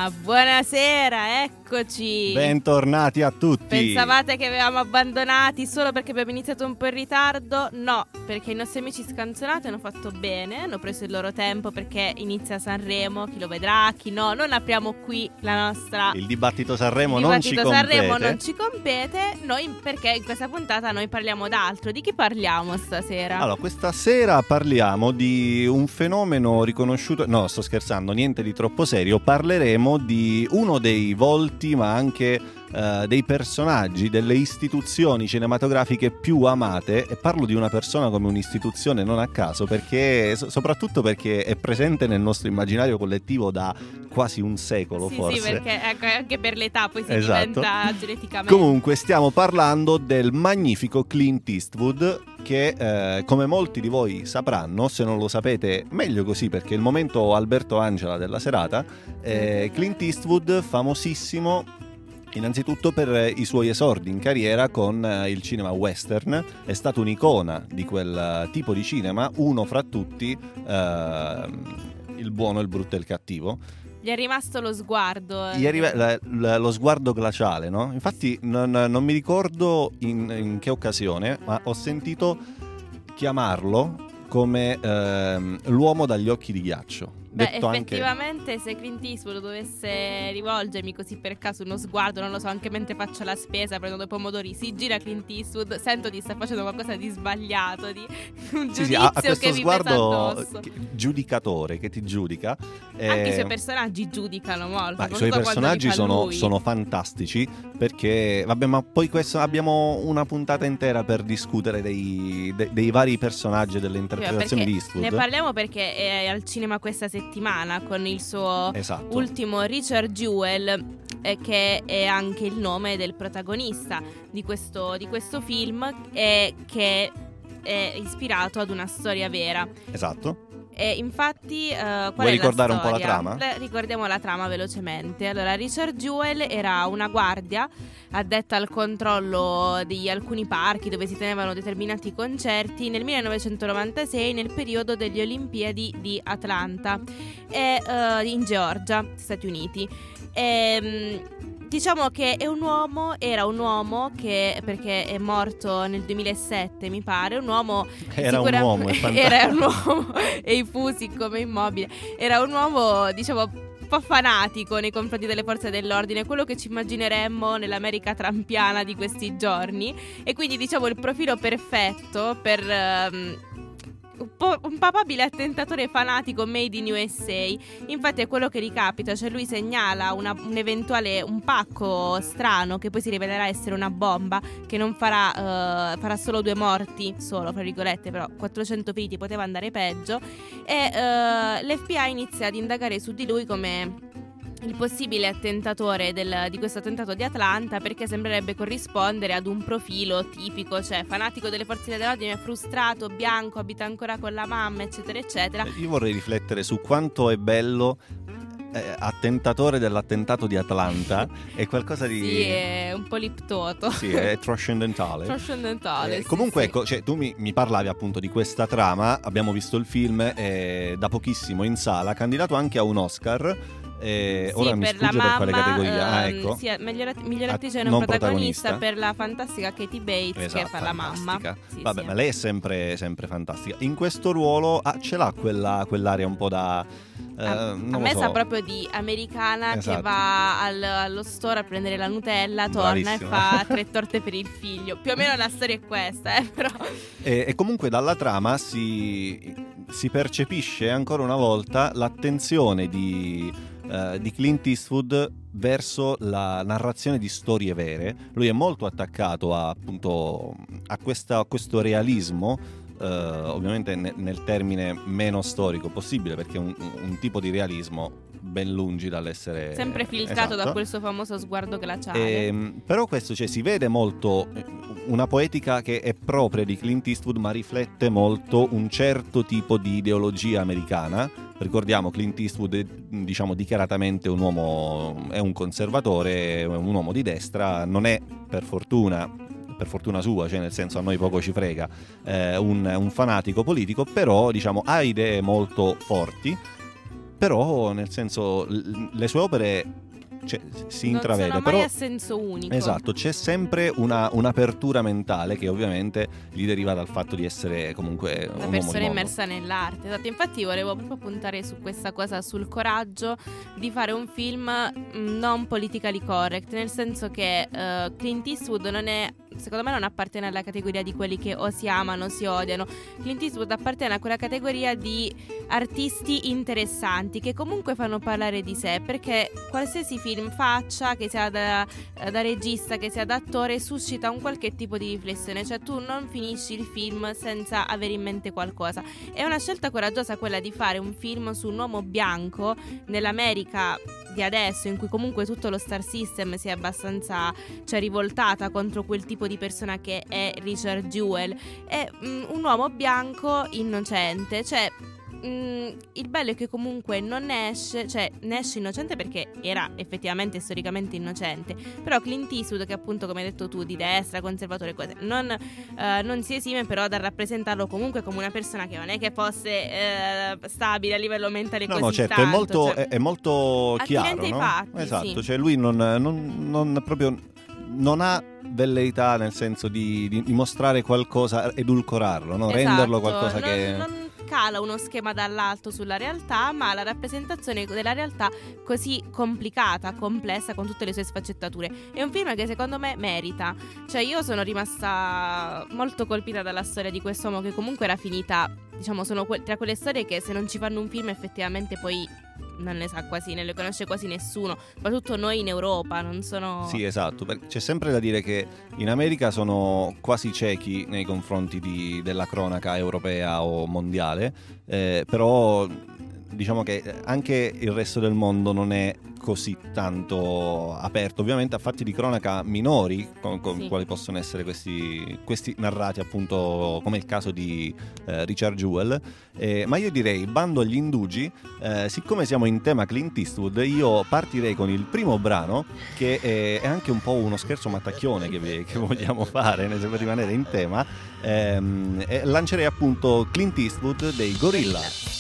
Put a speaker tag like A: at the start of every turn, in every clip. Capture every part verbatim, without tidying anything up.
A: Ah, buonasera, eccoci.
B: Bentornati a tutti.
A: Pensavate che avevamo abbandonati solo perché abbiamo iniziato un po' in ritardo? No, perché i nostri amici scanzonati hanno fatto bene, hanno preso il loro tempo perché inizia Sanremo, chi lo vedrà, chi no. Non apriamo qui la nostra...
B: Il dibattito Sanremo
A: il
B: non
A: dibattito
B: ci compete.
A: Sanremo non ci compete, noi perché in questa puntata noi parliamo d'altro. Di chi parliamo stasera?
B: Allora, questa sera parliamo di un fenomeno riconosciuto... No, sto scherzando, niente di troppo serio. Parleremo di uno dei volti, ma anche uh, dei personaggi, delle istituzioni cinematografiche più amate. E parlo di una persona come un'istituzione non a caso, perché soprattutto perché è presente nel nostro immaginario collettivo da quasi un secolo,
A: sì,
B: forse.
A: Sì, perché ecco, anche per l'età poi si
B: esatto.
A: diventa geneticamente.
B: Comunque stiamo parlando del magnifico Clint Eastwood, che eh, come molti di voi sapranno, se non lo sapete meglio così perché è il momento Alberto Angela della serata. eh, Clint Eastwood, famosissimo innanzitutto per i suoi esordi in carriera con eh, il cinema western. È stato un'icona di quel tipo di cinema, uno fra tutti, eh, Il buono, il brutto e il cattivo.
A: Gli è rimasto lo sguardo.
B: Gli arriva la, la, lo sguardo glaciale, no? Infatti non, non mi ricordo in, in che occasione, ma ho sentito chiamarlo come ehm, l'uomo dagli occhi di ghiaccio.
A: Beh,
B: Detto
A: effettivamente
B: anche...
A: se Clint Eastwood dovesse rivolgermi così per caso uno sguardo, non lo so, anche mentre faccio la spesa, prendo dei pomodori, si gira Clint Eastwood, sento di sta facendo qualcosa di sbagliato, di un
B: sì,
A: giudizio
B: sì, ha, ha questo
A: che mi
B: sguardo
A: pesa addosso.
B: che, giudicatore che ti giudica.
A: Anche
B: eh,
A: i suoi personaggi giudicano molto.
B: Ma i suoi personaggi sono, sono fantastici, perché vabbè, ma poi questo, abbiamo una puntata intera per discutere dei, dei, dei vari personaggi e delle interpretazioni
A: perché
B: di Eastwood.
A: Ne parliamo perché è al cinema questa settimana con il suo
B: esatto.
A: ultimo Richard Jewell, eh, che è anche il nome del protagonista di questo, di questo film, e che è ispirato ad una storia vera.
B: Esatto.
A: E infatti, uh, qual
B: vuoi
A: è
B: ricordare
A: la
B: un po' la
A: storia?
B: trama?
A: Le, ricordiamo la trama velocemente. Allora, Richard Jewell era una guardia addetta al controllo di alcuni parchi dove si tenevano determinati concerti nel millenovecentonovantasei, nel periodo delle Olimpiadi di Atlanta e, uh, in Georgia, Stati Uniti. E, diciamo che è un uomo, era un uomo che, perché è morto nel duemilasette mi pare, un uomo
B: era un uomo,
A: era un uomo e i fusi come immobile, era un uomo diciamo un po' fanatico nei confronti delle forze dell'ordine, quello che ci immagineremmo nell'America trumpiana di questi giorni, e quindi diciamo il profilo perfetto per... Um, Un, po', un papabile attentatore fanatico made in U S A. Infatti è quello che ricapita, cioè lui segnala una, un eventuale un pacco strano che poi si rivelerà essere una bomba che non farà uh, farà solo due morti, solo fra virgolette, però quattrocento feriti, poteva andare peggio, e uh, l'F B I inizia ad indagare su di lui come il possibile attentatore del, di questo attentato di Atlanta, perché sembrerebbe corrispondere ad un profilo tipico, cioè fanatico delle forze dell'ordine, frustrato, bianco, abita ancora con la mamma, eccetera eccetera.
B: Io vorrei riflettere su quanto è bello eh, attentatore dell'attentato di Atlanta. È qualcosa di...
A: Sì, è un po' liptoto.
B: Sì, è trascendentale.
A: Trascendentale,
B: eh,
A: sì,
B: Comunque
A: sì.
B: ecco, cioè, tu mi, mi parlavi appunto di questa trama. Abbiamo visto il film eh, da pochissimo in sala, candidato anche a un Oscar. Eh,
A: sì,
B: ora mi
A: per
B: sfugge
A: la
B: per
A: mamma,
B: quale categoria. Ah,
A: ehm,
B: ecco.
A: sì, miglior, att- miglior attrice
B: non
A: non protagonista,
B: protagonista,
A: per la fantastica Katie Bates,
B: esatto,
A: che fa la mamma. Sì,
B: Vabbè,
A: sì.
B: ma lei è sempre, sempre fantastica. In questo ruolo ah, ce l'ha quella, quell'aria un po' da... Eh,
A: a,
B: non
A: a
B: lo
A: me
B: so.
A: sa proprio di americana,
B: esatto.
A: che va al, allo store a prendere la Nutella, torna
B: Bravissima.
A: e fa tre torte per il figlio. Più o meno la storia è questa, eh, però.
B: E, e comunque dalla trama si, si percepisce ancora una volta l'attenzione di, uh, di Clint Eastwood verso la narrazione di storie vere. Lui è molto attaccato a, appunto, a, questa, a questo realismo. Uh, ovviamente ne, nel termine meno storico possibile, perché è un, un tipo di realismo ben lungi dall'essere
A: sempre filtrato,
B: esatto.
A: da quel suo famoso sguardo glaciale.
B: E, però questo, cioè, si vede molto una poetica che è propria di Clint Eastwood, ma riflette molto un certo tipo di ideologia americana. Ricordiamo, Clint Eastwood è, diciamo, dichiaratamente un uomo, è un conservatore, è un uomo di destra, non è, per fortuna per fortuna sua, cioè nel senso a noi poco ci frega, eh, un, un fanatico politico, però diciamo ha idee molto forti. però nel senso l- le sue opere cioè, si intravede,
A: non sono mai
B: però
A: a senso unico.
B: esatto, c'è sempre una, un'apertura mentale che ovviamente gli deriva dal fatto di essere comunque
A: una
B: un
A: persona
B: uomo di mondo.
A: immersa nell'arte. Esatto, infatti volevo proprio puntare su questa cosa, sul coraggio di fare un film mh, non politically correct, nel senso che uh, Clint Eastwood non è, secondo me non appartiene alla categoria di quelli che o si amano o si odiano. Clint Eastwood appartiene a quella categoria di artisti interessanti che comunque fanno parlare di sé, perché qualsiasi film faccia, che sia da, da regista, che sia da attore, suscita un qualche tipo di riflessione, cioè tu non finisci il film senza avere in mente qualcosa. È una scelta coraggiosa quella di fare un film su un uomo bianco nell'America di adesso, in cui comunque tutto lo star system si è abbastanza, cioè, rivoltata contro quel tipo di persona che è Richard Jewell. È mm, un uomo bianco innocente, cioè Mm, il bello è che comunque non ne esce, cioè ne esce innocente perché era effettivamente storicamente innocente, però Clint Eastwood, che appunto come hai detto tu di destra, conservatore, cose, non, eh, non si esime però da rappresentarlo comunque come una persona che non è che fosse eh, stabile a livello mentale
B: no,
A: così
B: no, certo,
A: tanto,
B: è molto,
A: cioè,
B: è, è molto chiaro,
A: attinente ai
B: no?
A: fatti,
B: Esatto,
A: sì.
B: cioè lui non, non, non proprio non ha velleità nel senso di, di, di mostrare qualcosa, edulcorarlo, no?
A: Esatto,
B: Renderlo qualcosa
A: non,
B: che
A: non cala uno schema dall'alto sulla realtà, ma la rappresentazione della realtà così complicata, complessa, con tutte le sue sfaccettature. È un film che secondo me merita. Cioè io sono rimasta molto colpita dalla storia di quest'uomo, che comunque era finita, diciamo, sono que- tra quelle storie che se non ci fanno un film effettivamente poi non ne sa quasi, ne le conosce quasi nessuno, soprattutto noi in Europa, non sono...
B: Sì, esatto, perché c'è sempre da dire che in America sono quasi ciechi nei confronti di, della cronaca europea o mondiale, eh, però diciamo che anche il resto del mondo non è così tanto aperto ovviamente a fatti di cronaca minori con, con
A: Sì.
B: quali possono essere questi, questi narrati, appunto, come il caso di eh, Richard Jewell, eh, ma io direi bando agli indugi. Eh, siccome siamo in tema Clint Eastwood, io partirei con il primo brano, che è, è anche un po' uno scherzo mattacchione che, vi- che vogliamo fare per rimanere in tema. Ehm, e lancerei appunto Clint Eastwood dei Gorillaz.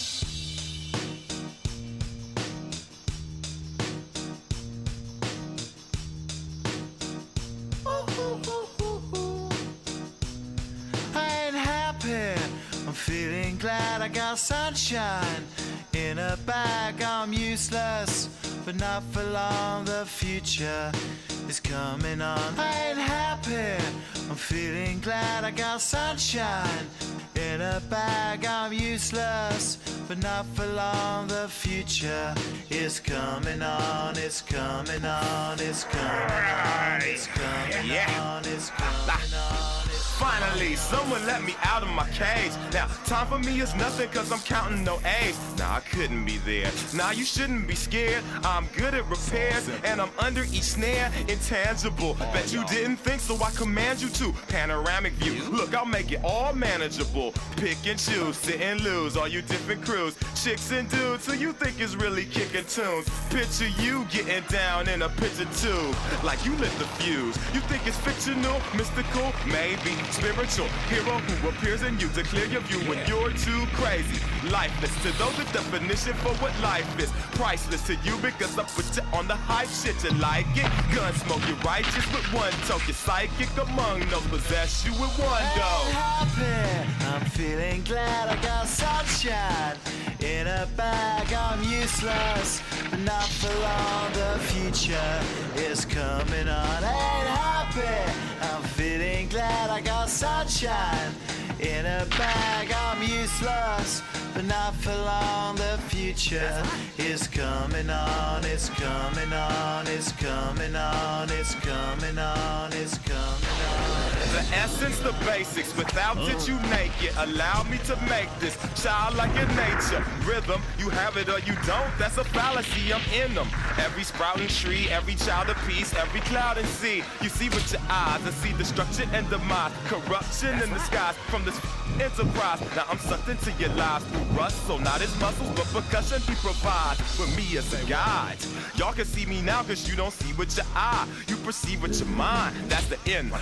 C: Feeling glad I got sunshine in a bag. I'm useless, but not for long. The future is coming on. I ain't happy. I'm feeling glad I got sunshine in a bag. I'm useless, but not for long. The future is coming on. It's coming on. It's coming on. It's coming on. It's coming on.
D: Finally, someone let me out of my cage. Now, time for me is nothing cause I'm counting no A's. Nah, I couldn't be there. Nah, you shouldn't be scared. I'm good at repairs and I'm under each snare. Intangible. Bet you didn't think, so I command you to. Panoramic view. Look, I'll make it all manageable. Pick and choose, sit and lose. All you different crews, chicks and dudes who you think is really kicking tunes. Picture you getting down in a picture tube, like you lit the fuse. You think it's fictional, mystical, maybe. Spiritual hero who appears in you to clear your view when you're too crazy. Lifeless to those, the definition for what life is. Priceless to you because I put you on the hype shit. You like it? Gunsmoke, you're righteous with one toke. You're psychic among those, possess you with one go.
C: I'm happy. I'm feeling glad I got sunshine in a bag. I'm useless, but not for long. The future is coming on. Ain't happy. I'm feeling glad I got sunshine in a bag. I'm useless, but not for long. The future is coming on. It's coming on. It's coming on. It's coming on. It's coming on.
D: The essence, the basics, without it you naked. Allow me to make this childlike in nature. Rhythm, you have it or you don't, that's a fallacy, I'm in them. Every sprouting tree, every child of peace, every cloud and sea. You see with your eyes and see destruction and demise. Corruption in the skies from this enterprise. Now I'm sucked into your lives through rust, so not his muscles, but percussion he provides with me as a guide. Y'all can see me now cause you don't see with your eye. You perceive with your mind, that's the end. So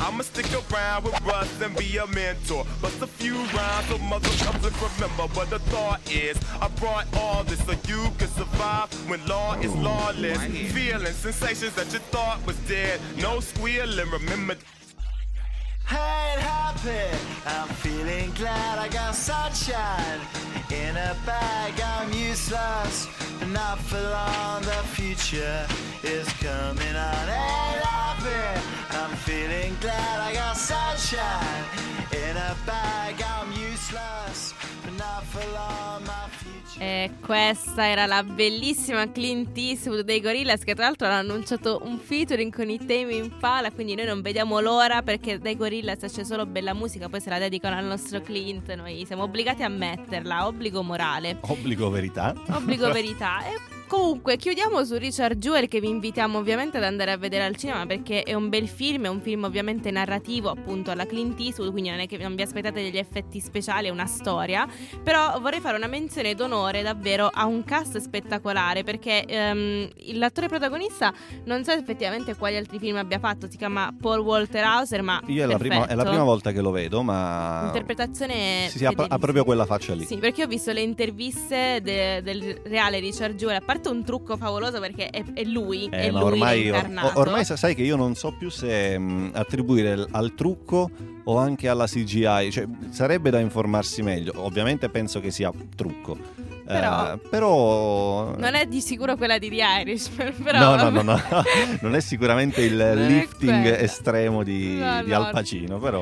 D: I'ma stick around with Russ and be a mentor. Bust a few rhymes so mother comes to remember what the thought is. I brought all this so you can survive when law is lawless. Feeling sensations that you thought was dead. No squealing, remember.
C: I ain't happy, I'm feeling glad I got sunshine in a bag. I'm useless, but not for long. The future is coming on. Ain't happy, I'm feeling glad I got sunshine in a bag. I'm useless, but not for long. My future.
A: E questa era la bellissima Clint Eastwood dei Gorillaz, che tra l'altro hanno annunciato un featuring con i Tame Impala, quindi noi non vediamo l'ora, perché dai Gorillaz c'è solo bella musica, poi se la dedicano al nostro Clint, noi siamo obbligati a metterla, obbligo morale.
B: Obbligo verità.
A: Obbligo verità. E comunque chiudiamo su Richard Jewell, che vi invitiamo ovviamente ad andare a vedere al cinema, perché è un bel film, è un film ovviamente narrativo appunto alla Clint Eastwood, quindi non è che non vi aspettate degli effetti speciali, è una storia. Però vorrei fare una menzione d'onore davvero a un cast spettacolare, perché um, l'attore protagonista non so effettivamente quali altri film abbia fatto, si chiama Paul Walter Hauser, ma
B: io è la, prima, è la prima volta che lo vedo, ma
A: interpretazione
B: sì, sì, ha, ha proprio quella faccia lì.
A: Sì, perché ho visto le interviste de, del reale Richard Jewell, a parte un trucco favoloso perché è, è lui,
B: eh,
A: è
B: ma
A: lui
B: ormai,
A: incarnato.
B: Or, ormai sai che io non so più se mh, attribuire al trucco o anche alla C G I, cioè sarebbe da informarsi meglio. Ovviamente penso che sia trucco.
A: Però,
B: eh, però
A: non è di sicuro quella di The Irish. Però
B: no, no, no, no, non è sicuramente il
A: non
B: lifting estremo di,
A: no,
B: di
A: no.
B: Al Pacino, però.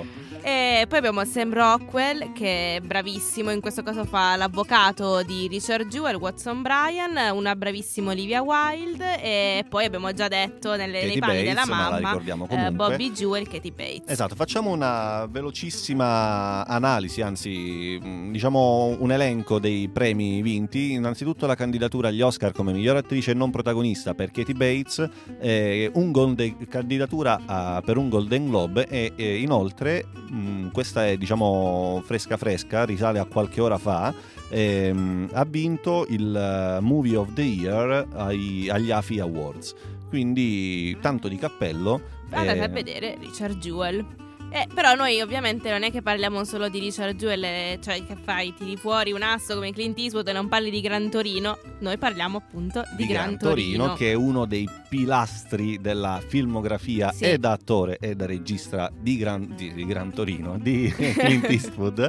A: E poi abbiamo Sam Rockwell, che è bravissimo, in questo caso fa l'avvocato di Richard Jewell, Watson Bryan, una bravissima Olivia Wilde, e poi abbiamo già detto nelle, nei panni
B: Bates,
A: della
B: ma la
A: mamma
B: ricordiamo
A: eh,
B: comunque.
A: Bobby Jewell, Katie Bates.
B: Esatto, facciamo una velocissima analisi, anzi diciamo un elenco dei premi vinti. Innanzitutto la candidatura agli Oscar come miglior attrice non protagonista per Katie Bates, eh, un golden, candidatura a, per un Golden Globe e, e inoltre mh, questa è diciamo fresca fresca, risale a qualche ora fa, ehm, ha vinto il Movie of the Year ai, agli A F I Awards, quindi tanto di cappello.
A: Andate
B: eh,
A: a vedere Richard Jewell. Eh, però noi ovviamente non è che parliamo solo di Richard Jewell, eh, cioè che fai, tiri fuori un asso come Clint Eastwood e non parli di Gran Torino. Noi parliamo appunto di,
B: di
A: Gran,
B: Gran
A: Torino.
B: Torino, che è uno dei pilastri della filmografia,
A: sì.
B: e da attore e da regista di Gran, di, di Gran Torino, di Clint Eastwood.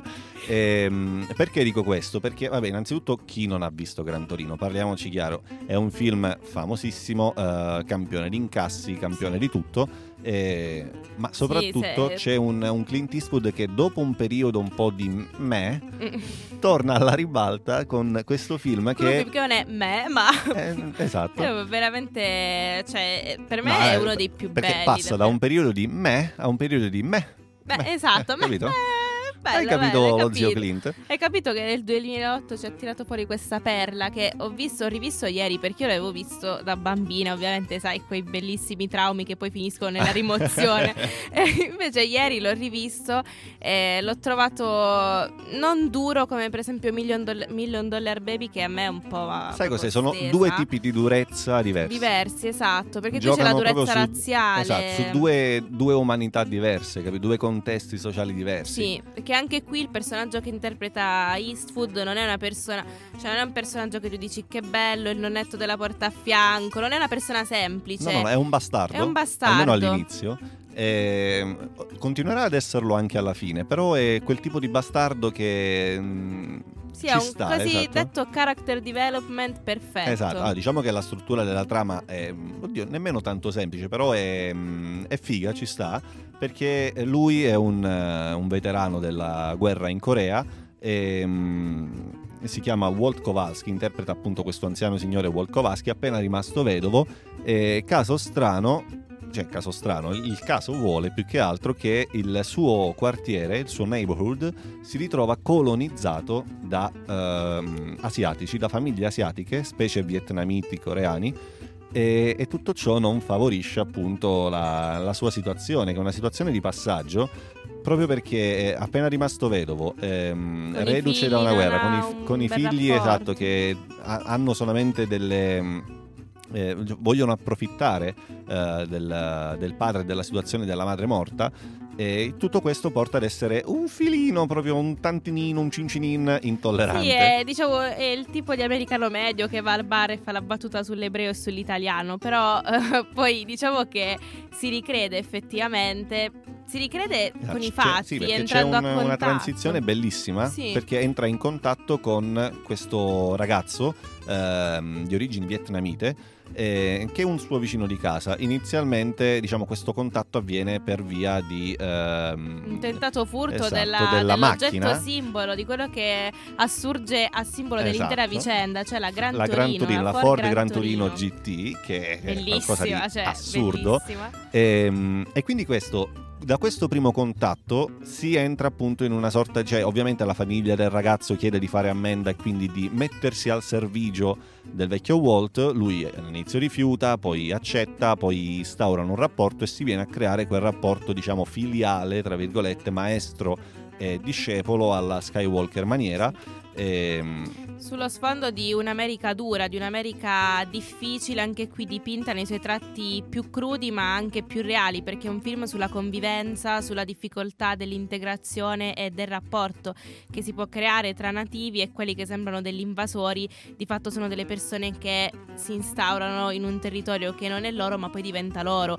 B: Ehm, perché dico questo? Perché vabbè, innanzitutto chi non ha visto Gran Torino, parliamoci chiaro, è un film famosissimo, eh, campione di incassi, campione di tutto. Eh, ma soprattutto
A: sì, se...
B: c'è un, un Clint Eastwood che dopo un periodo un po' di meh
A: Mm.
B: torna alla ribalta con questo film che
A: perché non è me, ma
B: eh, esatto,
A: è veramente, cioè, per me
B: no,
A: è
B: eh,
A: uno dei più
B: perché
A: belli.
B: passa da
A: davvero.
B: un periodo di meh a un periodo di meh.
A: Beh,
B: Meh,
A: esatto,
B: eh,
A: ma
B: capito?
A: eh, bello,
B: Hai capito
A: bello, hai
B: lo zio
A: capito.
B: Clint?
A: Hai capito che nel duemilaotto ci ha tirato fuori questa perla che ho visto, ho rivisto ieri, perché io l'avevo visto da bambina, ovviamente sai quei bellissimi traumi che poi finiscono nella rimozione. E invece ieri l'ho rivisto e l'ho trovato non duro come per esempio Million, Doll- Million Dollar Baby, che a me è un po'...
B: Sai cos'è? Sono
A: stesa.
B: due tipi di durezza diversi.
A: Diversi, esatto, perché tu c'è
B: Giocano
A: la durezza
B: proprio su-
A: razziale.
B: Esatto, su due, due umanità diverse, capito? Due contesti sociali diversi.
A: Sì, perché anche qui il personaggio che interpreta Eastwood non è una persona, cioè non è un personaggio che tu dici che bello, il nonnetto della porta a fianco, non è una persona semplice.
B: No, no, è un bastardo.
A: È un bastardo.
B: Almeno all'inizio. E continuerà ad esserlo anche alla fine, però è quel tipo di bastardo che mh,
A: Sì,
B: ci
A: è un
B: sta,
A: così
B: esatto.
A: detto character development perfetto.
B: Esatto, ah, diciamo che la struttura della trama è, oddio, nemmeno tanto semplice, però è, è figa, ci sta, perché lui è un, un veterano della guerra in Corea e um, si chiama Walt Kowalski, interpreta appunto questo anziano signore Walt Kowalski, appena rimasto vedovo, e caso strano, cioè caso strano, il caso vuole più che altro che il suo quartiere, il suo neighborhood, si ritrova colonizzato da ehm, asiatici, da famiglie asiatiche, specie vietnamiti, coreani, e, e tutto ciò non favorisce appunto la, la sua situazione, che è una situazione di passaggio, proprio perché è appena rimasto vedovo, ehm, reduce da una guerra, con i, con i figli, esatto, che ha, hanno solamente delle... Eh, vogliono approfittare eh, del, del padre e della situazione della madre morta, E tutto questo porta ad essere un filino, proprio un tantinino, un cincinin intollerante.
A: Sì, è, diciamo, è il tipo di americano medio che va al bar e fa la battuta sull'ebreo e sull'italiano. Però eh, poi diciamo che si ricrede effettivamente, si ricrede
B: Ah,
A: con i
B: c'è-
A: fatti,
B: sì, perché
A: entrando
B: c'è un-
A: a contatto.
B: una transizione bellissima,
A: Sì.
B: perché entra in contatto con questo ragazzo ehm, di origini vietnamite, eh, che è un suo vicino di casa. Inizialmente, diciamo, questo contatto avviene per via di ehm,
A: Un tentato furto
B: esatto,
A: della,
B: della
A: dell'oggetto
B: macchina.
A: simbolo, di quello che assurge a simbolo dell'intera
B: Esatto.
A: vicenda, cioè la Gran
B: la
A: Torino,
B: Gran Torino, la Ford Gran Torino G T, che è qualcosa di
A: bellissima, cioè,
B: assurdo.
A: bellissima.
B: E, e quindi questo, da questo primo contatto si entra appunto in una sorta, cioè ovviamente la famiglia del ragazzo chiede di fare ammenda e quindi di mettersi al servigio del vecchio Walt. Lui all'inizio rifiuta, poi accetta, poi instaurano un rapporto e si viene a creare quel rapporto, diciamo, filiale, tra virgolette, maestro e discepolo alla Skywalker maniera. E,
A: Sullo sfondo di un'America dura, di un'America difficile, anche qui dipinta nei suoi tratti più crudi ma anche più reali, perché è un film sulla convivenza, sulla difficoltà dell'integrazione e del rapporto che si può creare tra nativi e quelli che sembrano degli invasori. Di fatto sono delle persone che si instaurano in un territorio che non è loro ma poi diventa loro,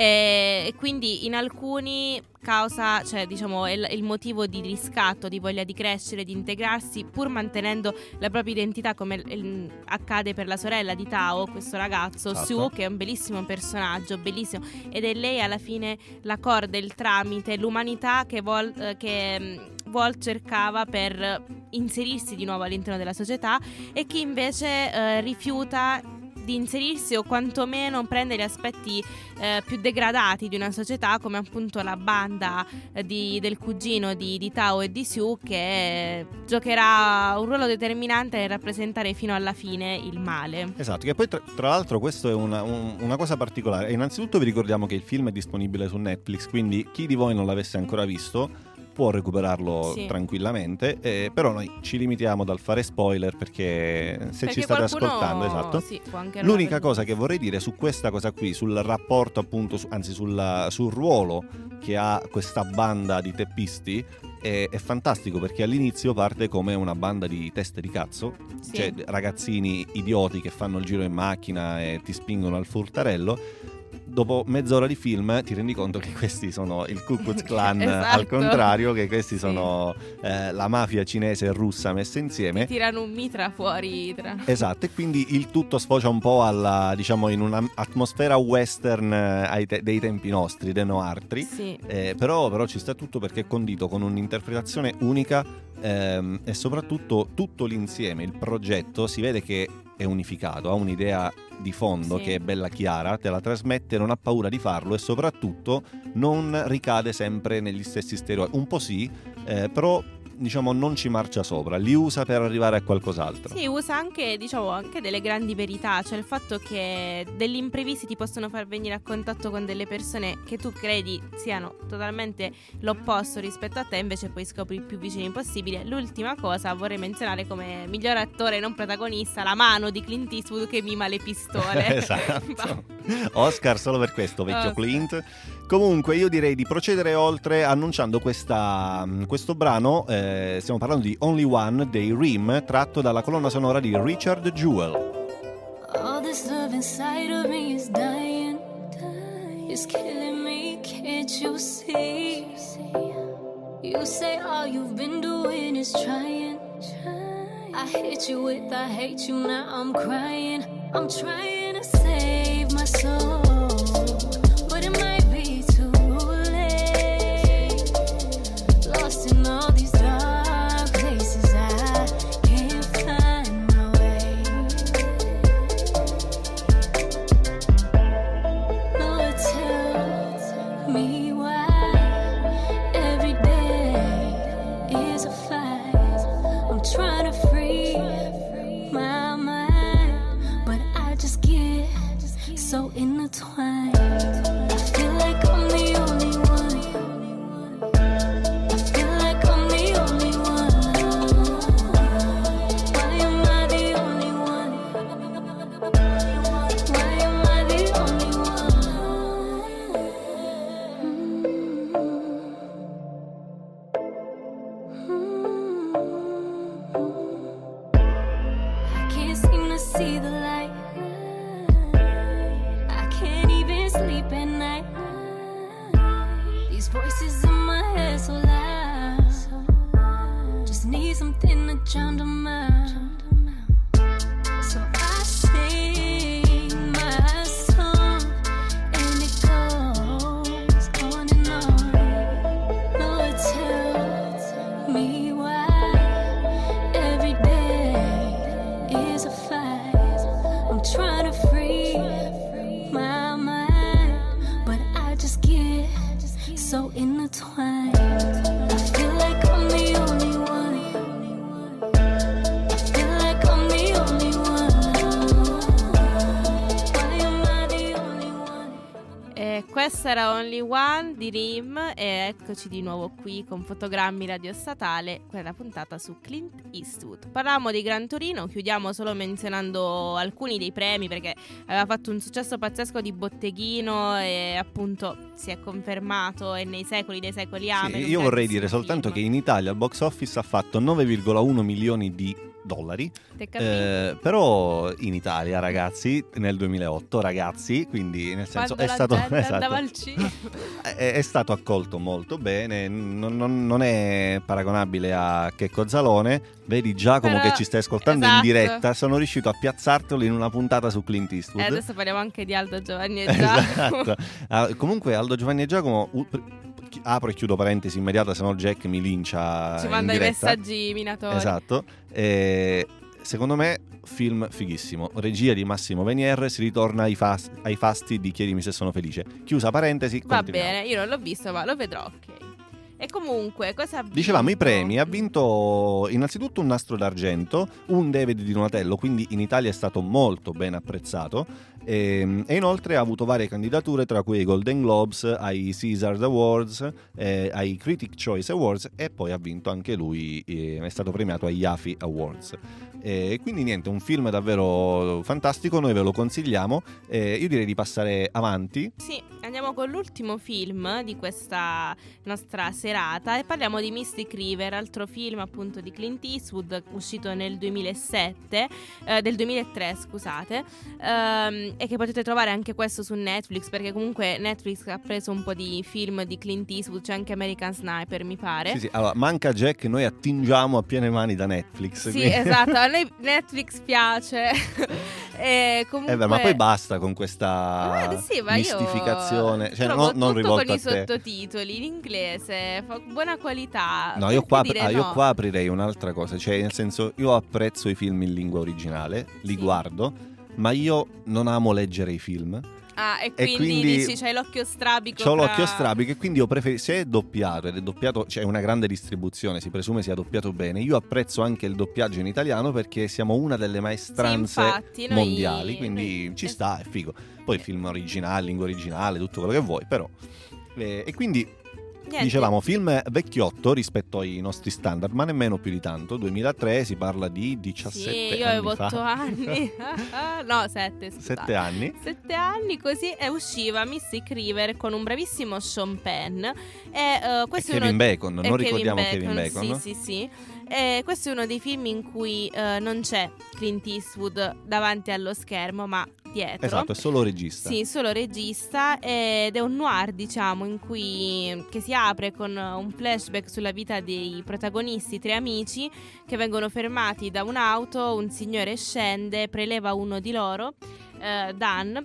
A: e, e quindi in alcuni causa, cioè diciamo è il, il motivo di riscatto, di voglia di crescere, di integrarsi pur mantenendo la propria identità, come il, il, accade per la sorella di Tao, questo ragazzo,
B: Esatto.
A: Sue, che è un bellissimo personaggio, bellissimo, ed è lei alla fine la corda, il tramite, l'umanità che Vol, eh, che mh, Walt cercava per inserirsi di nuovo all'interno della società, e che invece eh, rifiuta di inserirsi, o quantomeno prende gli aspetti eh, più degradati di una società, come appunto la banda eh, di, del cugino di, di Tao e di Sue, che giocherà un ruolo determinante nel rappresentare fino alla fine il male.
B: Esatto, che poi tra, tra l'altro questo è una, un- una cosa particolare. Innanzitutto vi ricordiamo che il film è disponibile su Netflix, quindi chi di voi non l'avesse ancora visto può recuperarlo
A: Sì.
B: tranquillamente, eh, però noi ci limitiamo dal fare spoiler, perché se
A: Perché
B: ci state
A: qualcuno-
B: ascoltando, esatto.
A: sì, può anche non
B: L'unica
A: averlo
B: cosa
A: visto.
B: che vorrei dire su questa cosa qui, sul rapporto appunto, su- anzi sulla- sul ruolo che ha questa banda di teppisti, è, è fantastico, perché all'inizio parte come una banda di teste di cazzo,
A: Sì.
B: cioè ragazzini idioti che fanno il giro in macchina e ti spingono al furtarello. Dopo mezz'ora di film ti rendi conto che questi sono il Ku Klux Klan,
A: Esatto.
B: al contrario, che questi
A: Sì.
B: sono eh, la mafia cinese e russa messe insieme.
A: Tirano un mitra fuori tra...
B: Esatto, e quindi il tutto sfocia un po' alla, diciamo, in un'atmosfera western eh, ai te- dei tempi nostri, dei noartri.
A: Sì.
B: Eh, però, però ci sta tutto, perché è condito con un'interpretazione unica, ehm, e soprattutto tutto l'insieme, il progetto, si vede che è unificato, ha un'idea di fondo
A: Sì.
B: che è bella chiara, te la trasmette, non ha paura di farlo, e soprattutto non ricade sempre negli stessi stereotipi. Un po' sì, eh, però diciamo non ci marcia sopra, li usa per arrivare a qualcos'altro.
A: Sì, usa anche, diciamo, anche delle grandi verità, cioè il fatto che degli imprevisti ti possono far venire a contatto con delle persone che tu credi siano totalmente l'opposto rispetto a te, invece poi scopri il più vicini possibile. L'ultima cosa vorrei menzionare come miglior attore non protagonista, la mano di Clint Eastwood che mima le pistole.
B: Esatto. Oscar solo per questo, vecchio
A: Oscar.
B: Clint. Comunque io direi di procedere oltre annunciando questa, questo brano, eh, stiamo parlando di Only One dei R E M, tratto dalla colonna sonora di Richard Jewell.
E: All this love inside of me is dying, dying. It's killing me, can't you see? You say all you've been doing is trying, trying. I hit you with I hate you, now I'm crying. I'm trying to save my soul, but it might be too late. Lost in all these dark places, I can't find my way. Lord, tell me why every day is a fight. I'm trying to free my mind, but I just get so intertwined. I feel like I'm the only one. I feel like I'm the only one. Why am I the only one? Why am I the only one? see the light. I can't even sleep at night. These voices in my head so loud. Just need something to drown them out. So I sing my song, and it goes on and on. Lord, tell me why every day is a fight. I'm trying to free my mind, but I just get so intertwined. I feel like I'm the only one. I feel like I'm the only one. Why am I the only one?
A: E questa era Only One di Rim e eccoci di nuovo qui con Fotogrammi Radio Statale, quella puntata su Clint Eastwood. Parlavamo di Gran Torino, chiudiamo solo menzionando alcuni dei premi perché aveva fatto un successo pazzesco di botteghino e appunto si è confermato e nei secoli dei secoli ama.
B: Sì, io vorrei dire soltanto che in Italia il box office ha fatto nove virgola uno milioni di dollari, eh, però inItalia, ragazzi, nel duemilaotto, ragazzi, quindi nel senso
A: Quando
B: è
A: la
B: stato
A: gente
B: esatto,
A: andava al cinema.
B: è, è stato accolto molto bene, non, non- non è paragonabile a Checco Zalone. Vedi Giacomo
A: Però-
B: che ci stai ascoltando
A: esatto.
B: in diretta, sono riuscito a piazzartelo in una puntata su Clint Eastwood.
A: E adesso parliamo anche di Aldo Giovanni e Giacomo.
B: Esatto. Ah, comunque Aldo Giovanni e Giacomo, u- chi- apro e chiudo parentesi immediata, se no Jack mi lincia
A: Ci
B: in
A: manda i
B: diretta.
A: messaggi minatori.
B: Esatto. E secondo me film fighissimo, regia di Massimo Venier, si ritorna ai, fas- ai fasti di Chiedimi se sono felice. Chiusa parentesi,
A: Va
B: continuiamo.
A: bene, io non l'ho visto ma lo vedrò, ok. E comunque, cosa ha vinto?
B: Dicevamo i premi, ha vinto innanzitutto un Nastro d'Argento, un David di Donatello, quindi in Italia è stato molto ben apprezzato, e, e inoltre ha avuto varie candidature tra cui ai Golden Globes, ai Caesar Awards, eh, ai Critic Choice Awards e poi ha vinto anche lui, eh, è stato premiato agli A F I Awards. E quindi niente, un film davvero fantastico, noi ve lo consigliamo, e io direi di passare avanti.
A: Sì, andiamo con l'ultimo film di questa nostra serata e parliamo di Mystic River, altro film appunto di Clint Eastwood uscito nel duemilasette, eh, del duemilatré scusate, ehm, e che potete trovare anche questo su Netflix perché comunque Netflix ha preso un po' di film di Clint Eastwood, c'è anche American Sniper mi pare.
B: Sì, sì, allora manca Jack, noi attingiamo a piene mani da Netflix.
A: Sì,
B: quindi-
A: esatto, a noi Netflix piace. E comunque
B: Eh beh, ma poi basta con questa
A: Eh, sì, ma io
B: mistificazione, cioè
A: trovo
B: no- non
A: tutto
B: rivolta
A: con
B: a
A: i
B: te.
A: sottotitoli in inglese, fa buona qualità.
B: No, io
A: Perché
B: qua,
A: dire
B: ah, io
A: no?
B: qua aprirei un'altra cosa, cioè nel senso io apprezzo i film in lingua originale, li
A: Sì.
B: guardo, ma io non amo leggere i film.
A: Ah, e
B: e
A: quindi,
B: quindi
A: dici c'hai l'occhio strabico.
B: C'ho
A: fra-
B: l'occhio strabico e quindi io preferisco, se è doppiato ed è doppiato, c'è una grande distribuzione, si presume sia doppiato bene, io apprezzo anche il doppiaggio in italiano perché siamo una delle maestranze
A: Sì, infatti, noi-
B: mondiali, quindi
A: noi-
B: ci sta, è figo. Poi film originale, lingua originale, tutto quello che vuoi, però. Eh, e quindi
A: Niente.
B: dicevamo film vecchiotto rispetto ai nostri standard, ma nemmeno più di tanto. duemilatré, si parla di diciassette
A: Sì, io
B: anni
A: avevo
B: fa.
A: otto anni. no, sette, scusate.
B: Sette anni.
A: Sette anni così e usciva Mystic River con un bravissimo Sean Penn e eh, questo
B: E
A: è
B: Kevin
A: uno...
B: Bacon,
A: e
B: non ricordiamo Kevin
A: Kevin
B: Bacon.
A: Sì, sì, sì. E questo è uno dei film in cui eh, non c'è Clint Eastwood davanti allo schermo, ma dietro.
B: Esatto, è solo regista.
A: Sì, solo regista ed è un noir, diciamo, in cui che si apre con un flashback sulla vita dei protagonisti, tre amici che vengono fermati da un'auto, un signore scende, preleva uno di loro, eh, Dan,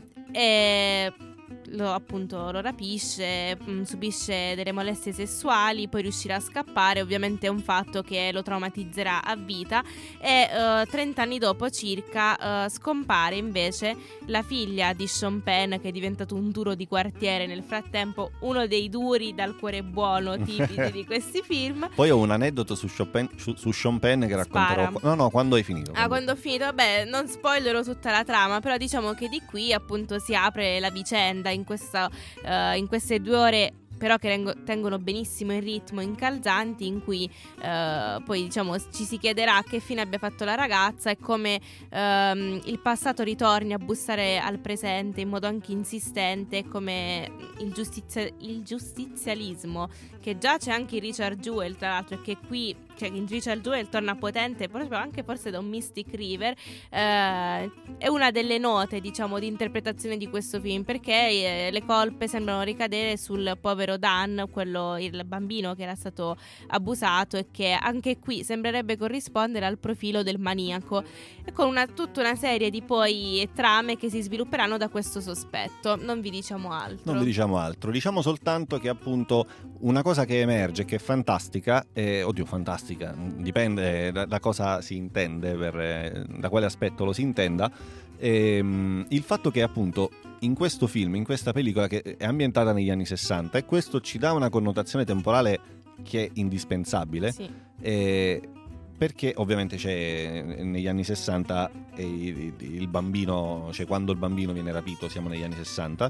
A: e lo, appunto lo rapisce, mh, subisce delle molestie sessuali, poi riuscirà a scappare, ovviamente è un fatto che lo traumatizzerà a vita e eh, trent'anni dopo circa eh, scompare invece la figlia di Sean Penn, che è diventato un duro di quartiere nel frattempo, uno dei duri dal cuore buono tipici di questi film.
B: Poi ho un aneddoto su Sean Penn, su, su Sean Penn che racconterò.
A: Spara.
B: No, no, quando hai finito.
A: Ah, quando ho finito, vabbè, non spoilerò tutta la trama, però diciamo che di qui appunto si apre la vicenda in, questa, eh, in queste due ore, però che rengo- tengono benissimo il ritmo, incalzanti, in cui eh, poi diciamo ci si chiederà che fine abbia fatto la ragazza e come ehm, il passato ritorni a bussare al presente in modo anche insistente, come il, giustizia- il giustizialismo, che già c'è anche in Richard Jewell tra l'altro, e che qui cioè in Richard Jewell torna potente proprio anche forse da un Mystic River, eh, è una delle note, diciamo, di interpretazione di questo film, perché eh, le colpe sembrano ricadere sul povero Dan, quello, il bambino che era stato abusato, e che anche qui sembrerebbe corrispondere al profilo del maniaco, e con una, tutta una serie di poi trame che si svilupperanno da questo sospetto. Non vi diciamo altro.
B: Non vi diciamo altro, diciamo soltanto che appunto una cosa che emerge, che è fantastica, eh, oddio fantastica, dipende da, da cosa si intende, per, eh, da quale aspetto lo si intenda, ehm, il fatto che appunto in questo film, in questa pellicola che è ambientata negli anni sessanta, e questo ci dà una connotazione temporale che è indispensabile,
A: Sì.
B: eh, perché ovviamente c'è negli anni sessanta il, il bambino, cioè quando il bambino viene rapito, siamo negli anni sessanta,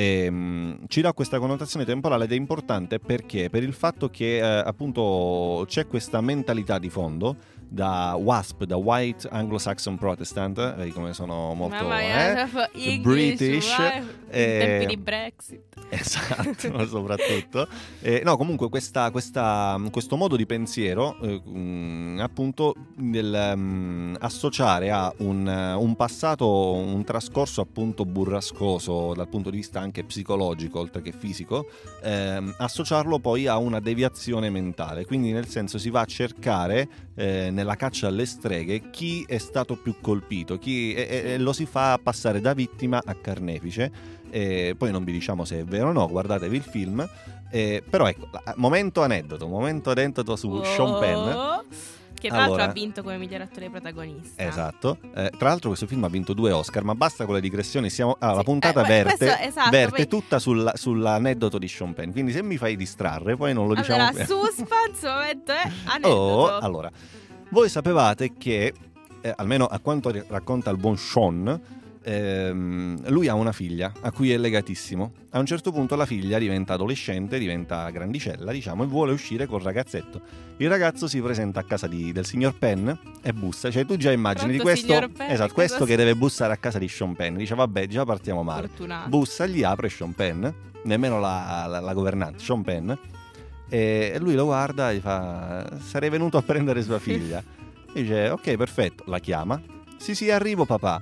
B: ehm, ci dà questa connotazione temporale, ed è importante perché per il fatto che eh, appunto c'è questa mentalità di fondo da W A S P, da White Anglo-Saxon Protestant, vedi come sono molto
A: Mamma mia,
B: eh,
A: English,
B: British,
A: vai, in
B: eh,
A: tempi di Brexit.
B: Esatto, soprattutto. Eh, no, comunque questa, questa, questo modo di pensiero, eh, mh, appunto, nel um, associare a un, un passato, un trascorso appunto burrascoso dal punto di vista anche psicologico, oltre che fisico, ehm, associarlo poi a una deviazione mentale. Quindi nel senso si va a cercare eh, nella caccia alle streghe chi è stato più colpito, chi, e, e lo si fa passare da vittima a carnefice. E poi non vi diciamo se è vero o no, guardatevi il film, eh, però ecco, momento aneddoto, momento aneddoto su
A: Oh,
B: Sean Penn,
A: che tra l'altro
B: Allora,
A: ha vinto come miglior attore protagonista.
B: esatto, eh, tra l'altro questo film ha vinto due Oscar, ma basta con le digressioni, siamo, ah,
A: Sì,
B: la puntata
A: eh,
B: verte,
A: questo- esatto,
B: verte
A: poi-
B: tutta sulla- sull'aneddoto di Sean Penn, quindi se mi fai distrarre poi non lo diciamo
A: Allora,
B: più.
A: suspense, momento, eh, aneddoto.
B: Oh, allora, voi sapevate che, eh, almeno a quanto ri- racconta il buon Sean, ehm, lui ha una figlia a cui è legatissimo. A un certo punto la figlia diventa adolescente, diventa grandicella, diciamo, e vuole uscire col ragazzetto. Il ragazzo si presenta a casa di- del signor Penn e bussa. Cioè tu già immagini di
A: Pronto,
B: questo,
A: signor Penn,
B: esatto,
A: cosa
B: questo
A: si-
B: che deve bussare a casa di Sean Penn. Dice vabbè, già partiamo male.
A: Fortunato.
B: Bussa, gli apre Sean Penn, nemmeno la, la, la governante, Sean Penn, e lui lo guarda e gli fa: sarei venuto a prendere sua figlia. E dice ok, perfetto, la chiama. Sì sì, arrivo papà.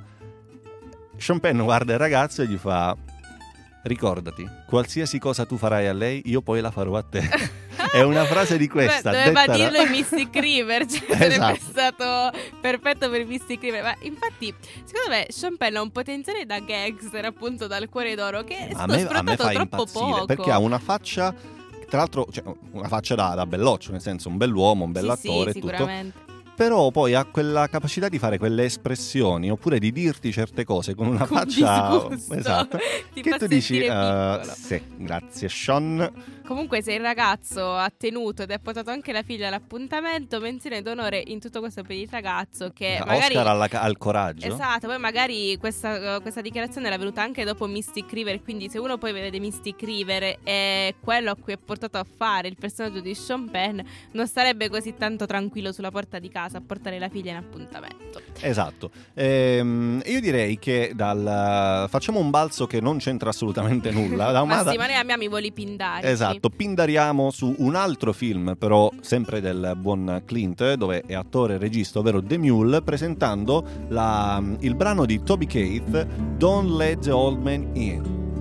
B: Sean Penn guarda il ragazzo e gli fa: ricordati, qualsiasi cosa tu farai a lei, io poi la farò a te. È una frase di questa.
A: Beh, doveva
B: detta da-
A: dirlo in Mystic River, cioè sarebbe
B: Esatto.
A: stato perfetto per Mystic River. Ma infatti, secondo me, Sean Penn ha un potenziale da gangster, appunto dal Cuore d'Oro, che è
B: a
A: stato
B: me, a me
A: sfruttato
B: fa
A: troppo
B: impazzire
A: poco.
B: perché ha una faccia, tra l'altro, cioè, una faccia da, da belloccio, nel senso un bell'uomo, un
A: Sì,
B: bell'attore
A: sì,
B: e tutto.
A: sicuramente.
B: Però poi ha quella capacità di fare quelle espressioni oppure di dirti certe cose con una
A: Con
B: faccia
A: disgusto.
B: esatto,
A: Ti
B: che
A: fa
B: tu dici
A: sentire
B: "Eh,
A: piccolo."
B: sì, grazie Sean.
A: Comunque, se il ragazzo ha tenuto ed ha portato anche la figlia all'appuntamento, menzione d'onore in tutto questo per il ragazzo che magari...
B: Oscar alla ca- al coraggio.
A: Esatto, poi magari questa, questa dichiarazione era venuta anche dopo Mystic River, quindi se uno poi vede Mystic River e quello a cui è portato a fare il personaggio di Sean Penn, non starebbe così tanto tranquillo sulla porta di casa a portare la figlia in appuntamento.
B: Esatto. Ehm, io direi che dal facciamo un balzo che non c'entra assolutamente nulla. Da
A: Ma
B: una-
A: sì, ma noi amiamo i voli pindarici.
B: Esatto, pindariamo su un altro film, però sempre del buon Clint, dove è attore e regista, ovvero The Mule, presentando la- il brano di Toby Keith, Don't Let the Old Man In.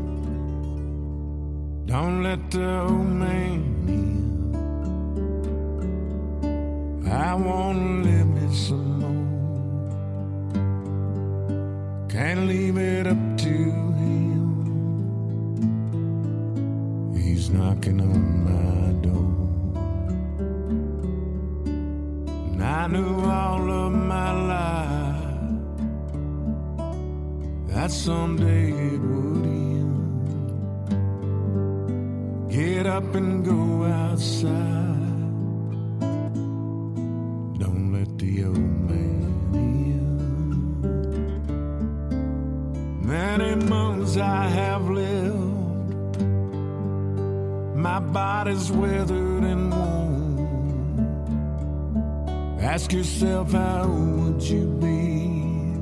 F: Don't let the old man in. I wanna live me some more. Can't leave it up to him. He's knocking on my door. And I knew all of my life that someday it would end. Get up and go outside. Don't let the old man in. Many months I have lived. My body's weathered and worn. Ask yourself, how would you be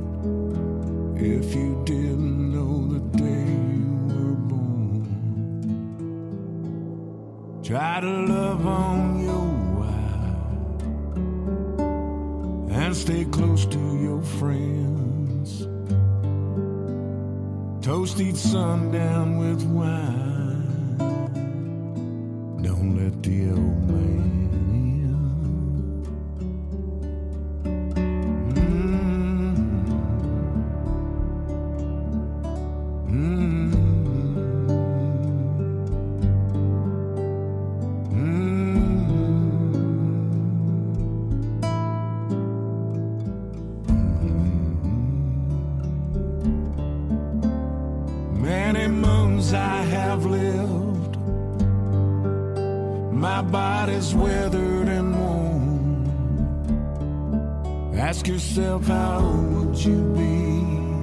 F: if you didn't know the day you were born? Try to love on your wife. Toast each sundown with wine. Don't let the old man weathered and worn. Ask yourself, how would you be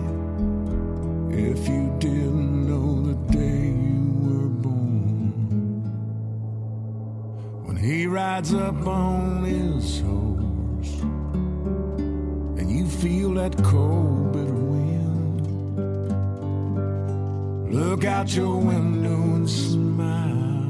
F: if you didn't know the day you were born? When he rides up on his horse and you feel that cold, bitter wind, look out your window and smile.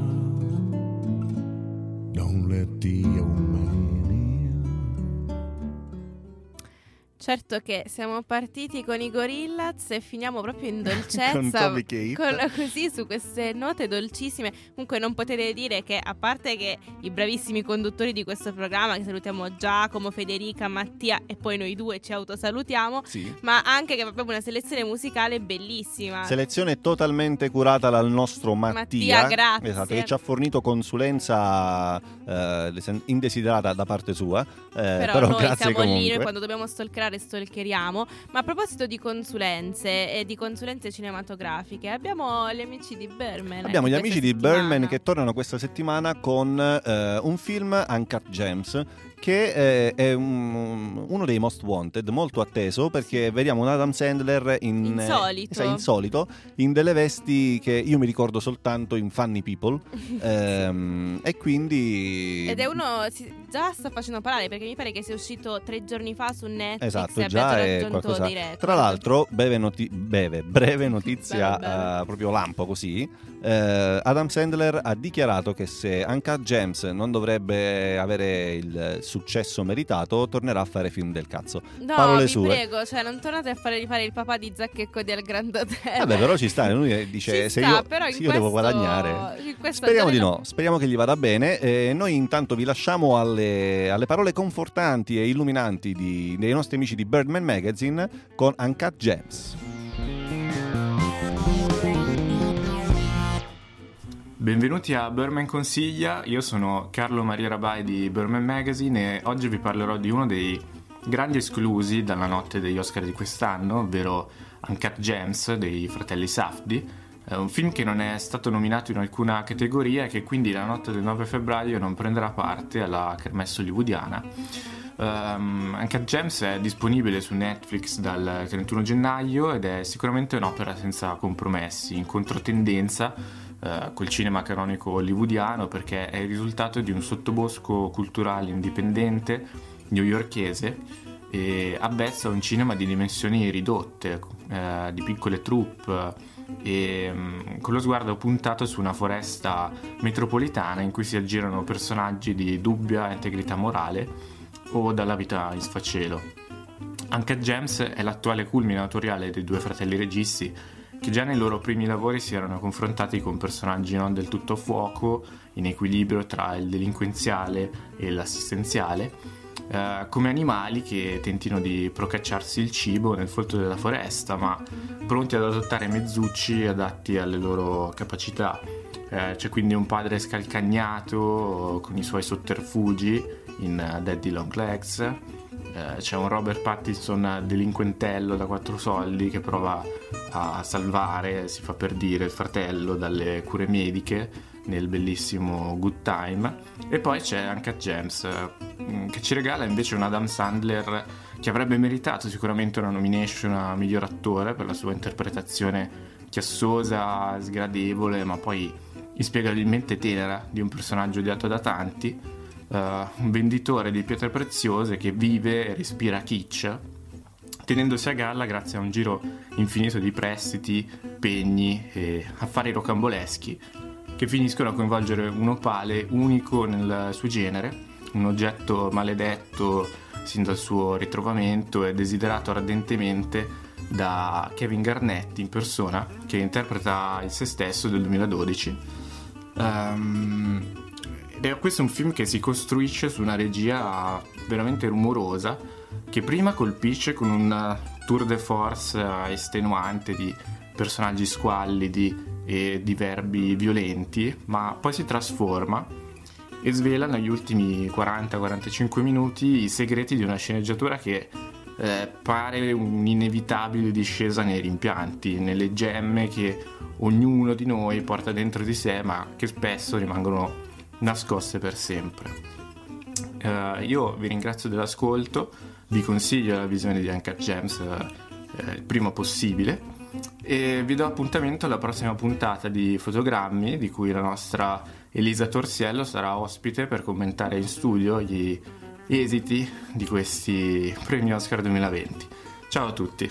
A: Certo che siamo partiti con i Gorillaz e finiamo proprio in dolcezza
B: con Toby Keith,
A: con, così su queste note dolcissime. Comunque non potete dire che, a parte che i bravissimi conduttori di questo programma, che salutiamo Giacomo, Federica, Mattia e poi noi due ci autosalutiamo,
B: sì,
A: ma anche che proprio una selezione musicale bellissima.
B: Selezione totalmente curata dal nostro Mattia,
A: Mattia, grazie.
B: Esatto, che ci ha fornito consulenza eh, indesiderata da parte sua, eh,
A: però,
B: però
A: noi
B: grazie
A: siamo
B: comunque.
A: lì, noi quando dobbiamo stalkerare stalkeriamo. Ma a proposito di consulenze e di consulenze cinematografiche, abbiamo gli amici di Birdman.
B: Abbiamo gli amici di
A: settimana.
B: Birdman che tornano questa settimana con eh, un film Uncut Gems, che eh, è un, uno dei most wanted, molto atteso, perché vediamo un Adam Sandler in,
A: insolito.
B: Eh, insolito in delle vesti che io mi ricordo soltanto in Funny People. ehm, e quindi
A: ed è uno, si, già sta facendo parlare, perché mi pare che sia uscito tre giorni fa su Netflix.
B: esatto,
A: e
B: già
A: abbia
B: è
A: raggiunto
B: qualcosa.
A: dei record.
B: Tra l'altro beve, noti- beve breve notizia,
A: beve, beve.
B: Uh, proprio lampo così, uh, Adam Sandler ha dichiarato che se Uncut Gems non dovrebbe avere il successo meritato, tornerà a fare film del cazzo.
A: No,
B: Parole
A: vi
B: sue.
A: prego, cioè non tornate a fare rifare il papà di Zac e Cody al Grand Hotel.
B: Vabbè, però ci sta, lui dice
A: Ci
B: se
A: sta,
B: io,
A: però in
B: se io devo
A: questo-
B: guadagnare.
A: in questo
B: Speriamo di
A: genere
B: no, speriamo che gli vada bene. E noi intanto vi lasciamo alle, alle parole confortanti e illuminanti di, dei nostri amici di Birdman Magazine con Uncut Gems.
G: Benvenuti a Birdman Consiglia, io sono Carlo Maria Rabai di Birdman Magazine e oggi vi parlerò di uno dei grandi esclusi dalla notte degli Oscar di quest'anno, ovvero Uncut Gems dei fratelli Safdie, è un film che non è stato nominato in alcuna categoria e che quindi la notte del nove febbraio non prenderà parte alla kermesse hollywoodiana. Um, Uncut Gems è disponibile su Netflix dal trentuno gennaio ed è sicuramente un'opera senza compromessi, in controtendenza Uh, col cinema canonico hollywoodiano, perché è il risultato di un sottobosco culturale indipendente newyorkese e abbezza un cinema di dimensioni ridotte, uh, di piccole troupe e um, con lo sguardo puntato su una foresta metropolitana in cui si aggirano personaggi di dubbia integrità morale o dalla vita in sfacelo. Uncut Gems è l'attuale culmine autoriale dei due fratelli registi, che già nei loro primi lavori si erano confrontati con personaggi non del tutto a fuoco, in equilibrio tra il delinquenziale e l'assistenziale, eh, come animali che tentino di procacciarsi il cibo nel folto della foresta, ma pronti ad adottare mezzucci adatti alle loro capacità. Eh, c'è quindi un padre scalcagnato con i suoi sotterfugi in Daddy Long Legs. Uh, c'è un Robert Pattinson delinquentello da quattro soldi che prova a salvare, si fa per dire, il fratello dalle cure mediche nel bellissimo Good Time. E poi c'è Uncut Gems, uh, che ci regala invece un Adam Sandler che avrebbe meritato sicuramente una nomination a miglior attore per la sua interpretazione chiassosa, sgradevole, ma poi inspiegabilmente tenera di un personaggio odiato da tanti. Uh, un venditore di pietre preziose che vive e respira kitsch, tenendosi a galla grazie a un giro infinito di prestiti, pegni e affari rocamboleschi che finiscono a coinvolgere un opale unico nel suo genere, un oggetto maledetto sin dal suo ritrovamento e desiderato ardentemente da Kevin Garnett in persona, che interpreta il se stesso del duemiladodici. Um, ed è questo un film che si costruisce su una regia veramente rumorosa, che prima colpisce con un tour de force estenuante di personaggi squallidi e di verbi violenti, ma poi si trasforma e svela negli ultimi quaranta quarantacinque minuti i segreti di una sceneggiatura che eh, pare un'inevitabile discesa nei rimpianti, nelle gemme che ognuno di noi porta dentro di sé, ma che spesso rimangono nascoste per sempre. Eh, io vi ringrazio dell'ascolto, vi consiglio la visione di Uncut Gems eh, il prima possibile, e vi do appuntamento alla prossima puntata di Fotogrammi, di cui la nostra Elisa Torsiello sarà ospite per commentare in studio gli esiti di questi premi Oscar duemilaventi. Ciao a tutti.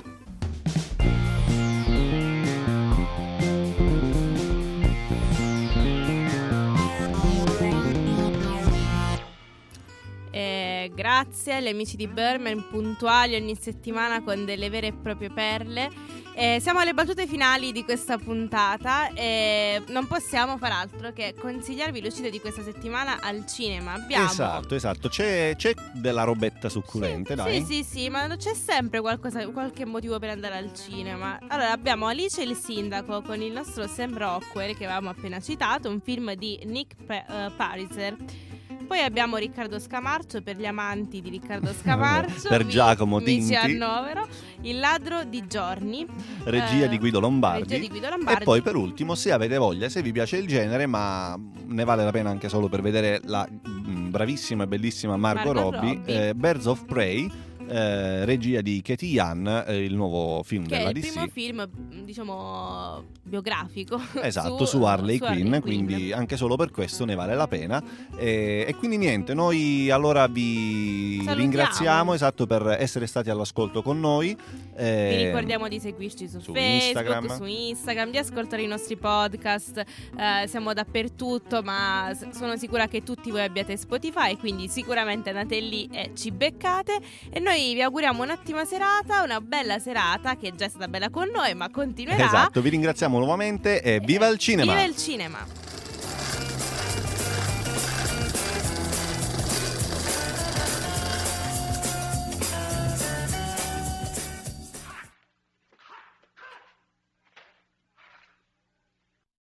A: Eh, grazie agli amici di Birdman, puntuali ogni settimana con delle vere e proprie perle. Eh, siamo alle battute finali di questa puntata e non possiamo far altro che consigliarvi l'uscita di questa settimana al cinema. Abbiamo...
B: Esatto, esatto. C'è, c'è della robetta succulente,
A: sì,
B: dai.
A: Sì, sì, sì, ma c'è sempre qualcosa, qualche motivo per andare al cinema. Allora, abbiamo Alice il sindaco con il nostro Sam Rockwell, che avevamo appena citato, un film di Nick P- uh, Pariser. Poi abbiamo Riccardo Scamarcio, per gli amanti di Riccardo Scamarcio.
B: Per
A: mi,
B: Giacomo
A: mi
B: Tinti.
A: ci annovero. Il ladro di giorni.
B: Regia
A: eh,
B: di Guido Lombardi.
A: Regia di Guido Lombardi.
B: E poi per ultimo, se avete voglia, se vi piace il genere, ma ne vale la pena anche solo per vedere la mh, bravissima e bellissima Margot,
A: Margot
B: Robbie,
A: Robbie.
B: Eh, Birds of Prey, eh, regia di Katie Yan, eh, il nuovo film
A: che
B: della
A: è il
B: D C.
A: primo film, diciamo, biografico.
B: Esatto, su,
A: su
B: Harley
A: su
B: Quinn,
A: Harley
B: quindi
A: Quinn.
B: anche solo per questo ne vale la pena. E, e quindi niente, noi allora vi
A: Salutiamo.
B: ringraziamo, esatto, per essere stati all'ascolto con noi. Eh,
A: Vi ricordiamo di seguirci su,
B: su
A: Facebook,
B: Instagram.
A: su Instagram, di ascoltare i nostri podcast. Eh, siamo dappertutto, ma s- sono sicura che tutti voi abbiate Spotify, quindi sicuramente andate lì e ci beccate. E noi vi auguriamo un'ottima serata, una bella serata che è già stata bella con noi, ma continuerà.
B: Esatto, vi ringraziamo nuovamente e viva il cinema!
A: Viva il cinema!